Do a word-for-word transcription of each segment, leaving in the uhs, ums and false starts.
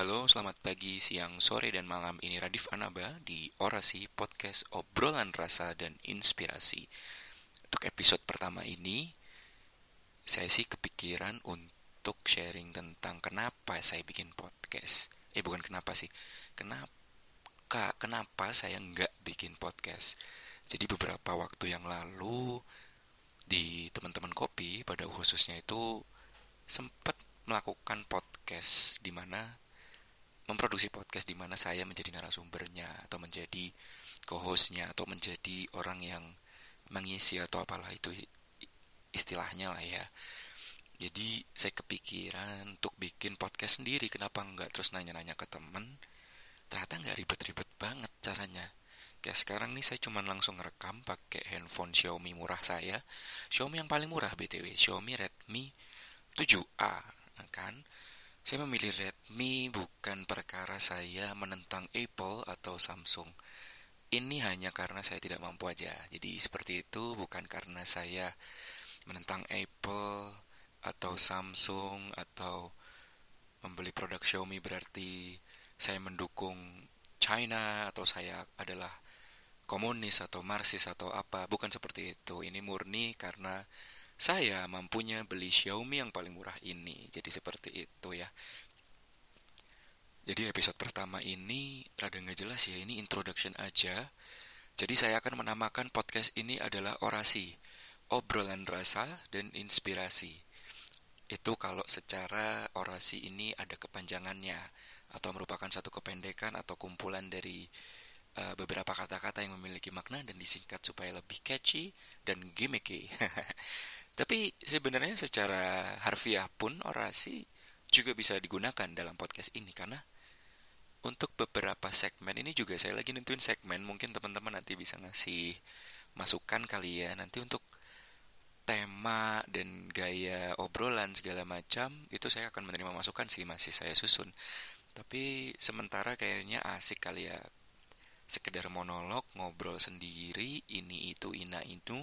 Halo, selamat pagi, siang, sore, dan malam. Ini Radif Anaba di Orasi Podcast Obrolan Rasa dan Inspirasi. Untuk episode pertama ini, saya sih kepikiran untuk sharing tentang kenapa saya bikin podcast. Eh, bukan kenapa sih. Kenapa, kenapa saya nggak bikin podcast. Jadi beberapa waktu yang lalu, di teman-teman kopi, pada khususnya itu, sempat melakukan podcast di mana memproduksi podcast di mana saya menjadi narasumbernya atau menjadi co-hostnya atau menjadi orang yang mengisi atau apalah itu istilahnya lah ya. Jadi saya kepikiran untuk bikin podcast sendiri, kenapa enggak, terus nanya-nanya ke temen. Ternyata nggak ribet-ribet banget caranya. Kayak sekarang nih saya cuma langsung rekam pakai handphone Xiaomi murah saya. Xiaomi yang paling murah B T W, Xiaomi Redmi tujuh A, kan? Saya memilih Redmi bukan perkara saya menentang Apple atau Samsung. Ini hanya karena saya tidak mampu aja. Jadi seperti itu, bukan karena saya menentang Apple atau Samsung atau membeli produk Xiaomi berarti saya mendukung China atau saya adalah komunis atau marxis atau apa. Bukan seperti itu. Ini murni karena saya mampunya beli Xiaomi yang paling murah ini. Jadi seperti itu ya. Jadi episode pertama ini rada nggak jelas ya, ini introduction aja. Jadi saya akan menamakan podcast ini adalah Orasi, Obrolan Rasa dan Inspirasi. Itu kalau secara orasi ini ada kepanjangannya atau merupakan satu kependekan atau kumpulan dari uh, beberapa kata-kata yang memiliki makna dan disingkat supaya lebih catchy dan gimmicky. Tapi sebenarnya secara harfiah pun orasi juga bisa digunakan dalam podcast ini karena untuk beberapa segmen ini juga saya lagi nentuin segmen. Mungkin teman-teman nanti bisa ngasih masukan kali ya. Nanti untuk tema dan gaya obrolan segala macam itu saya akan menerima masukan sih, masih saya susun. Tapi sementara kayaknya asik kali ya, sekedar monolog, ngobrol sendiri, ini itu ina itu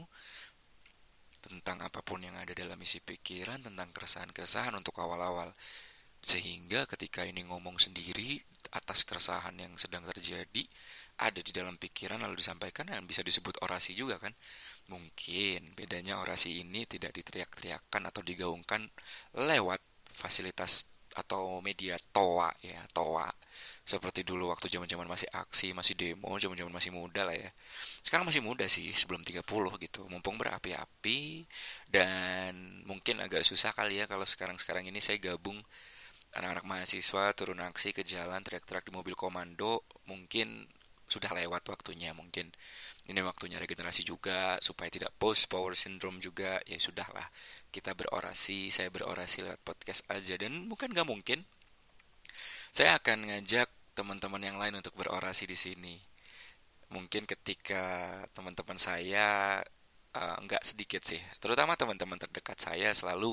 tentang apapun yang ada dalam isi pikiran, tentang keresahan-keresahan untuk awal-awal. Sehingga ketika ini ngomong sendiri atas keresahan yang sedang terjadi ada di dalam pikiran lalu disampaikan, yang bisa disebut orasi juga kan. Mungkin bedanya orasi ini tidak diteriak-teriakkan atau digaungkan lewat fasilitas atau media toa ya, toa. Seperti dulu waktu zaman-zaman masih aksi, masih demo, zaman-zaman masih muda lah ya. Sekarang masih muda sih, sebelum tiga puluh gitu. Mumpung berapi-api dan mungkin agak susah kali ya kalau sekarang-sekarang ini saya gabung anak-anak mahasiswa turun aksi ke jalan teriak-teriak di mobil komando. Mungkin sudah lewat waktunya, mungkin ini waktunya regenerasi juga supaya tidak post power syndrome juga. Ya sudahlah, kita berorasi, saya berorasi lewat podcast aja. Dan bukan gak mungkin saya akan ngajak teman-teman yang lain untuk berorasi di sini. Mungkin ketika teman-teman saya uh, nggak sedikit sih, terutama teman-teman terdekat saya selalu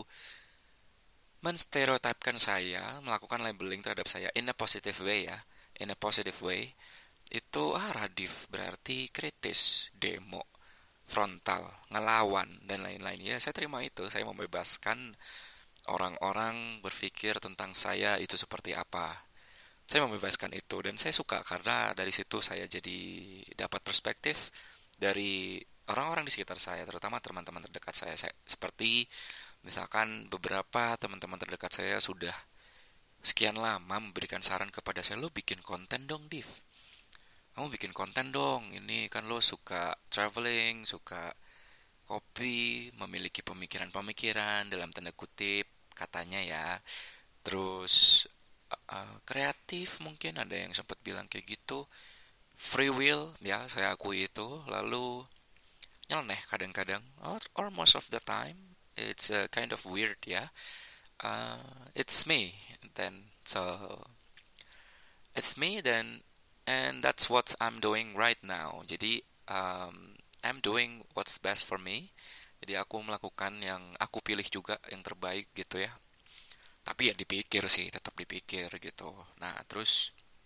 menstereotipkan saya, melakukan labeling terhadap saya in a positive way ya, in a positive way. Itu ah radif berarti kritis, demo, frontal, ngelawan dan lain-lain. Ya saya terima itu, saya membebaskan orang-orang berpikir tentang saya itu seperti apa. Saya membebaskan itu dan saya suka karena dari situ saya jadi dapat perspektif dari orang-orang di sekitar saya, terutama teman-teman terdekat saya. Saya seperti misalkan beberapa teman-teman terdekat saya sudah sekian lama memberikan saran kepada saya, lo bikin konten dong, Div. Kamu bikin konten dong, ini kan lo suka traveling, suka kopi, memiliki pemikiran-pemikiran dalam tanda kutip, katanya ya. Terus uh, kreatif mungkin ada yang sempat bilang kayak gitu. Free will, ya saya akui itu. Lalu nyeleneh kadang-kadang, or, or most of the time. It's uh, kind of weird ya. Uh, it's me, then so it's me then, and that's what I'm doing right now. Jadi um, I'm doing what's best for me. Jadi aku melakukan yang aku pilih juga yang terbaik gitu ya. Tapi ya dipikir sih, tetap dipikir gitu. Nah, terus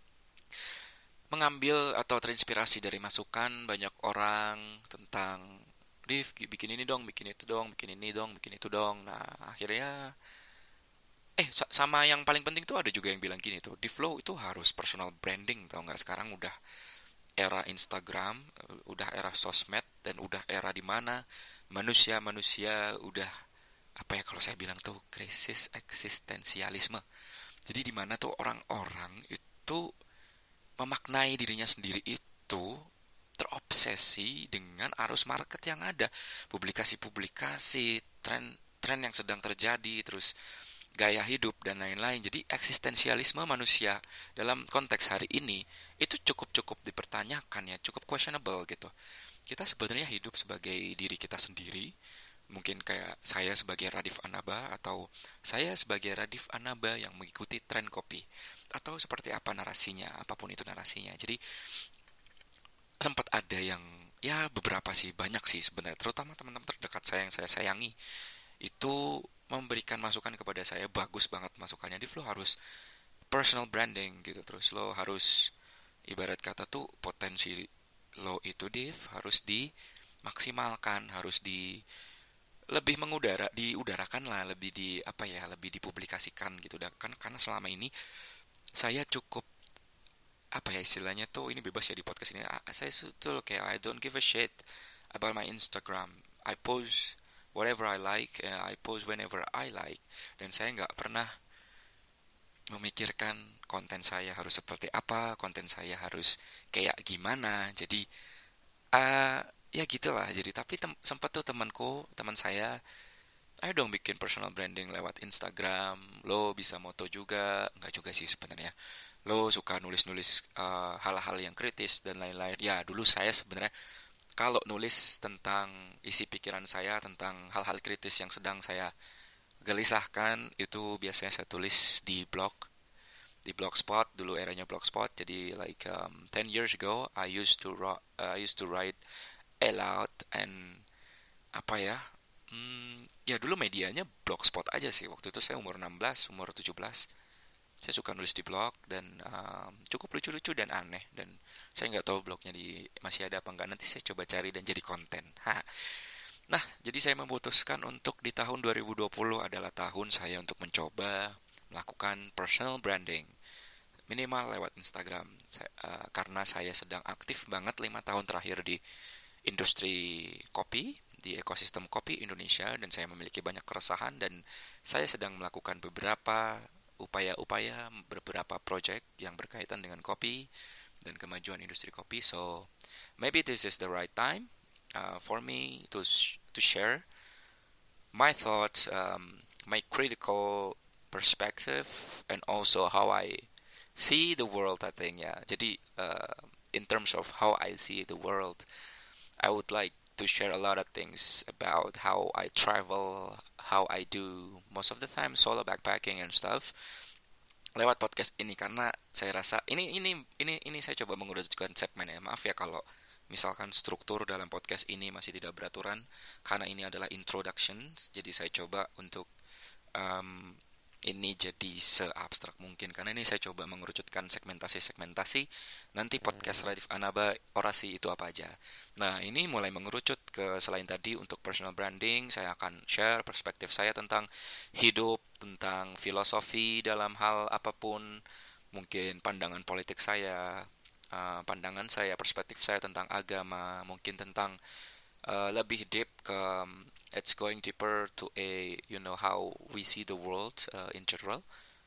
mengambil atau terinspirasi dari masukan banyak orang tentang Div, bikin ini dong, bikin itu dong, bikin ini dong, bikin itu dong. Nah, akhirnya Eh, sa- sama yang paling penting tuh ada juga yang bilang gini tuh, di Flow itu harus personal branding, tau nggak? Sekarang udah era Instagram, eh, udah era sosmed, dan udah era di mana manusia-manusia udah, apa ya kalau saya bilang tuh, krisis eksistensialisme. Jadi di mana tuh orang-orang itu memaknai dirinya sendiri itu terobsesi dengan arus market yang ada, publikasi-publikasi, tren-tren yang sedang terjadi, terus gaya hidup dan lain-lain. Jadi eksistensialisme manusia dalam konteks hari ini itu cukup-cukup dipertanyakan ya, cukup questionable gitu. Kita sebenarnya hidup sebagai diri kita sendiri, mungkin kayak saya sebagai Radif Anaba atau saya sebagai Radif Anaba yang mengikuti tren kopi, atau seperti apa narasinya, apapun itu narasinya. Jadi sempat ada yang, ya beberapa sih, banyak sih sebenarnya, terutama teman-teman terdekat saya yang saya sayangi itu memberikan masukan kepada saya, bagus banget masukannya. Di lo harus personal branding gitu, terus lo harus, ibarat kata tuh, potensi lo itu Div harus dimaksimalkan, harus di lebih mengudara, diudarakan lah, lebih di apa ya, lebih dipublikasikan gitu. Dan kan karena selama ini saya cukup, apa ya istilahnya tuh, ini bebas ya di podcast ini. Ah, saya tuh kayak I don't give a shit about my Instagram. I post whatever I like, uh, I post whenever I like, dan saya nggak pernah memikirkan konten saya harus seperti apa, konten saya harus kayak gimana. Jadi uh, ya gitulah. Jadi tapi tem- sempat tuh temanku, teman saya, ayo dong bikin personal branding lewat Instagram. Lo bisa moto juga, nggak juga sih sebenarnya. Lo suka nulis-nulis uh, hal-hal yang kritis dan lain-lain. Ya dulu saya sebenarnya kalau nulis tentang isi pikiran saya tentang hal-hal kritis yang sedang saya gelisahkan, itu biasanya saya tulis di blog, di blogspot. Dulu eranya blogspot. Jadi like um, ten years ago I used to ro- uh, I used to write aloud, and apa ya, hmm, ya dulu medianya blogspot aja sih. Waktu itu saya umur enam belas, umur tujuh belas, saya suka nulis di blog, dan um, cukup lucu-lucu dan aneh, dan saya nggak tahu blognya di masih ada apa nggak. Nanti saya coba cari dan jadi konten. Ha. Nah, jadi saya memutuskan untuk di tahun dua ribu dua puluh adalah tahun saya untuk mencoba melakukan personal branding, minimal lewat Instagram. Saya, uh, karena saya sedang aktif banget lima tahun terakhir di industri kopi, di ekosistem kopi Indonesia, dan saya memiliki banyak keresahan, dan saya sedang melakukan beberapa upaya-upaya, beberapa project yang berkaitan dengan kopi dan kemajuan industri kopi. So maybe this is the right time uh, for me to sh- to share my thoughts, um, my critical perspective, and also how I see the world. I think ya. Jadi uh, in terms of how I see the world, I would like to share a lot of things about how I travel, how I do most of the time solo backpacking and stuff lewat podcast ini, karena saya rasa ini ini ini ini saya coba menguruskan segmen ya. Maaf ya kalau misalkan struktur dalam podcast ini masih tidak beraturan, karena ini adalah introduction. Jadi saya coba untuk um, ini jadi seabstrak mungkin, karena ini saya coba mengerucutkan segmentasi-segmentasi. Nanti podcast Radif Anaba orasi itu apa aja. Nah, ini mulai mengerucut ke, selain tadi untuk personal branding, saya akan share perspektif saya tentang hidup, tentang filosofi dalam hal apapun, mungkin pandangan politik saya, uh, pandangan saya, perspektif saya tentang agama, mungkin tentang uh, lebih deep ke um, it's going deeper to a, you know, how we see the world uh, in general.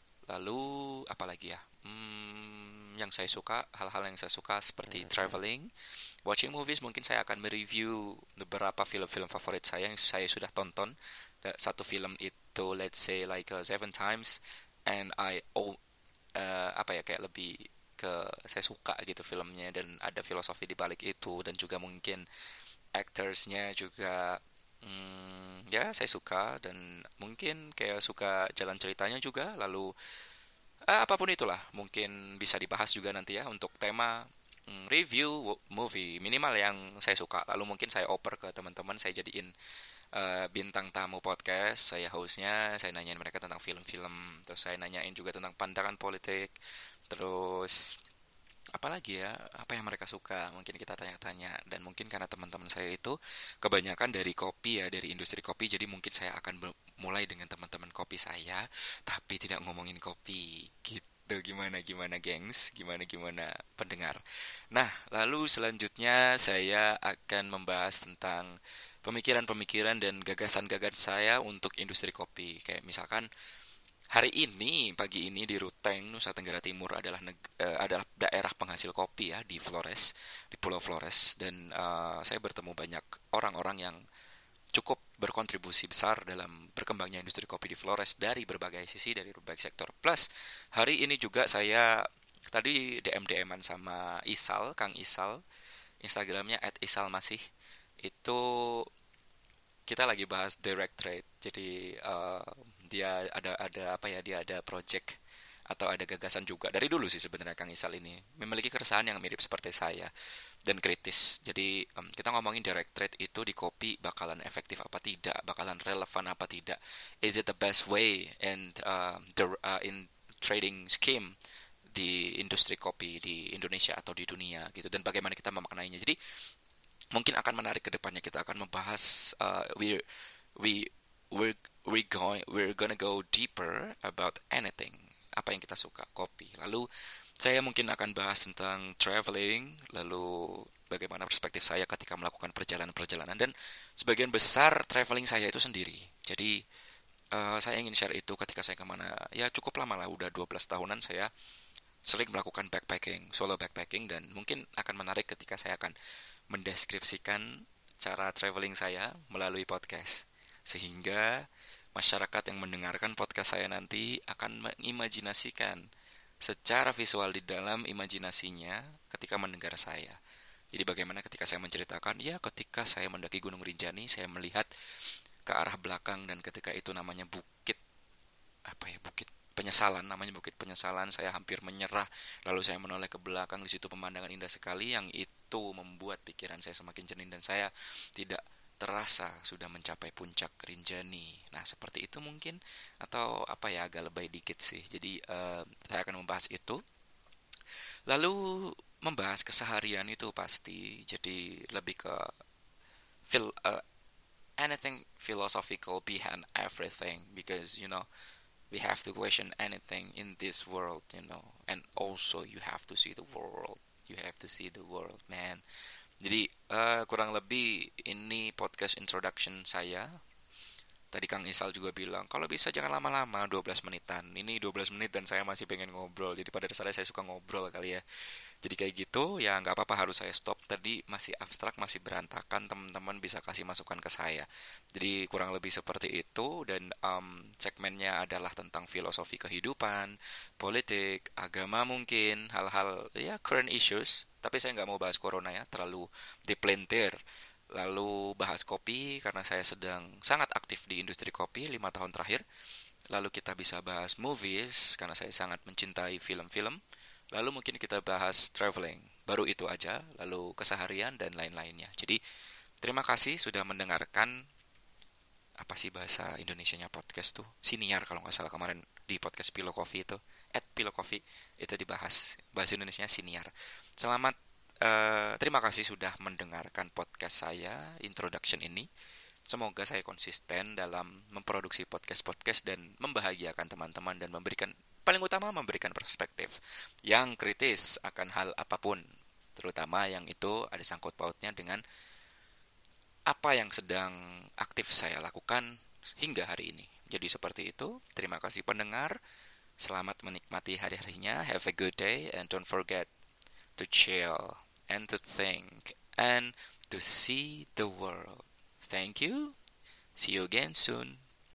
Lalu apa lagi ya? Hmm, yang saya suka, hal-hal yang saya suka seperti traveling, watching movies. Mungkin saya akan mereview beberapa film-film favorit saya yang saya sudah tonton. Satu film itu let's say like uh, seven times, and I oh uh, apa ya, kayak lebih ke saya suka gitu filmnya, dan ada filosofi di balik itu, dan juga mungkin actorsnya juga, hmm, ya saya suka, dan mungkin kayak suka jalan ceritanya juga. Lalu eh, apapun itulah mungkin bisa dibahas juga nanti ya untuk tema, hmm, review movie minimal yang saya suka. Lalu mungkin saya oper ke teman-teman, saya jadiin eh, bintang tamu podcast, saya hostnya, saya nanyain mereka tentang film-film, terus saya nanyain juga tentang pandangan politik, terus apalagi ya, apa yang mereka suka, mungkin kita tanya-tanya. Dan mungkin karena teman-teman saya itu kebanyakan dari kopi ya, dari industri kopi, jadi mungkin saya akan ber- mulai dengan teman-teman kopi saya, tapi tidak ngomongin kopi gitu. Gimana gimana gengs, gimana gimana pendengar. Nah, lalu selanjutnya saya akan membahas tentang pemikiran-pemikiran dan gagasan-gagasan saya untuk industri kopi. Kayak misalkan hari ini, pagi ini di Ruteng, Nusa Tenggara Timur adalah neg- eh, adalah daerah penghasil kopi ya di Flores, di Pulau Flores, dan eh, saya bertemu banyak orang-orang yang cukup berkontribusi besar dalam berkembangnya industri kopi di Flores dari berbagai sisi, dari berbagai sektor. Plus hari ini juga saya tadi D M D M-an sama Isal, Kang Isal, Instagramnya at Isal masih itu kita lagi bahas direct trade. Jadi eh, dia ada ada apa ya? Dia ada project atau ada gagasan juga dari dulu sih sebenarnya Kang Isal ini memiliki keresahan yang mirip seperti saya dan kritis. Jadi em, kita ngomongin direct trade itu di kopi bakalan efektif apa tidak, bakalan relevan apa tidak. Is it the best way and uh, the uh, in trading scheme di industri kopi di Indonesia atau di dunia gitu, dan bagaimana kita memaknainya. Jadi mungkin akan menarik ke depannya, kita akan membahas uh, we we we're we going we're gonna go deeper about anything, apa yang kita suka kopi. Lalu saya mungkin akan bahas tentang traveling, lalu bagaimana perspektif saya ketika melakukan perjalanan-perjalanan, dan sebagian besar traveling saya itu sendiri. Jadi uh, saya ingin share itu ketika saya kemana, ya cukup lama lah, udah dua belas tahunan saya sering melakukan backpacking, solo backpacking, dan mungkin akan menarik ketika saya akan mendeskripsikan cara traveling saya melalui podcast. Sehingga masyarakat yang mendengarkan podcast saya nanti akan mengimajinasikan secara visual di dalam imajinasinya ketika mendengar saya. Jadi bagaimana ketika saya menceritakan, ya ketika saya mendaki Gunung Rinjani, saya melihat ke arah belakang dan ketika itu namanya bukit, apa ya, bukit penyesalan, namanya bukit penyesalan, saya hampir menyerah, lalu saya menoleh ke belakang, di situ pemandangan indah sekali yang itu membuat pikiran saya semakin jernih dan saya tidak terasa sudah mencapai puncak Rinjani. Nah seperti itu mungkin, atau apa ya, agak lebay dikit sih. Jadi eh, saya akan membahas itu, lalu membahas keseharian itu pasti, jadi lebih ke feel uh, anything philosophical behind everything, because you know we have to question anything in this world, you know, and also you have to see the world, you have to see the world, man. Jadi eh, kurang lebih ini podcast introduction saya. Tadi Kang Isal juga bilang kalau bisa jangan lama-lama, dua belas menitan. Ini dua belas menit dan saya masih pengen ngobrol. Jadi pada dasarnya saya suka ngobrol kali ya. Jadi kayak gitu, ya nggak apa-apa harus saya stop. Tadi masih abstrak, masih berantakan, teman-teman bisa kasih masukan ke saya. Jadi kurang lebih seperti itu, dan um, segmennya adalah tentang filosofi kehidupan, politik, agama mungkin, hal-hal ya current issues. Tapi saya nggak mau bahas corona ya, terlalu dipelintir. Lalu bahas kopi karena saya sedang sangat aktif di industri kopi lima tahun terakhir. Lalu kita bisa bahas movies karena saya sangat mencintai film-film. Lalu mungkin kita bahas traveling. Baru itu aja, lalu keseharian dan lain-lainnya. Jadi terima kasih sudah mendengarkan, apa sih bahasa Indonesianya podcast tuh? Siniar kalau nggak salah kemarin di podcast Pilo Coffee itu. At Pilo Coffee itu dibahas bahasa Indonesianya siniar. Selamat eh, terima kasih sudah mendengarkan podcast saya introduction ini. Semoga saya konsisten dalam memproduksi podcast-podcast dan membahagiakan teman-teman dan memberikan, paling utama memberikan perspektif yang kritis akan hal apapun, terutama yang itu ada sangkut pautnya dengan apa yang sedang aktif saya lakukan hingga hari ini. Jadi seperti itu. Terima kasih pendengar. Selamat menikmati hari-harinya. Have a good day and don't forget to chill and to think and to see the world. Thank you. See you again soon.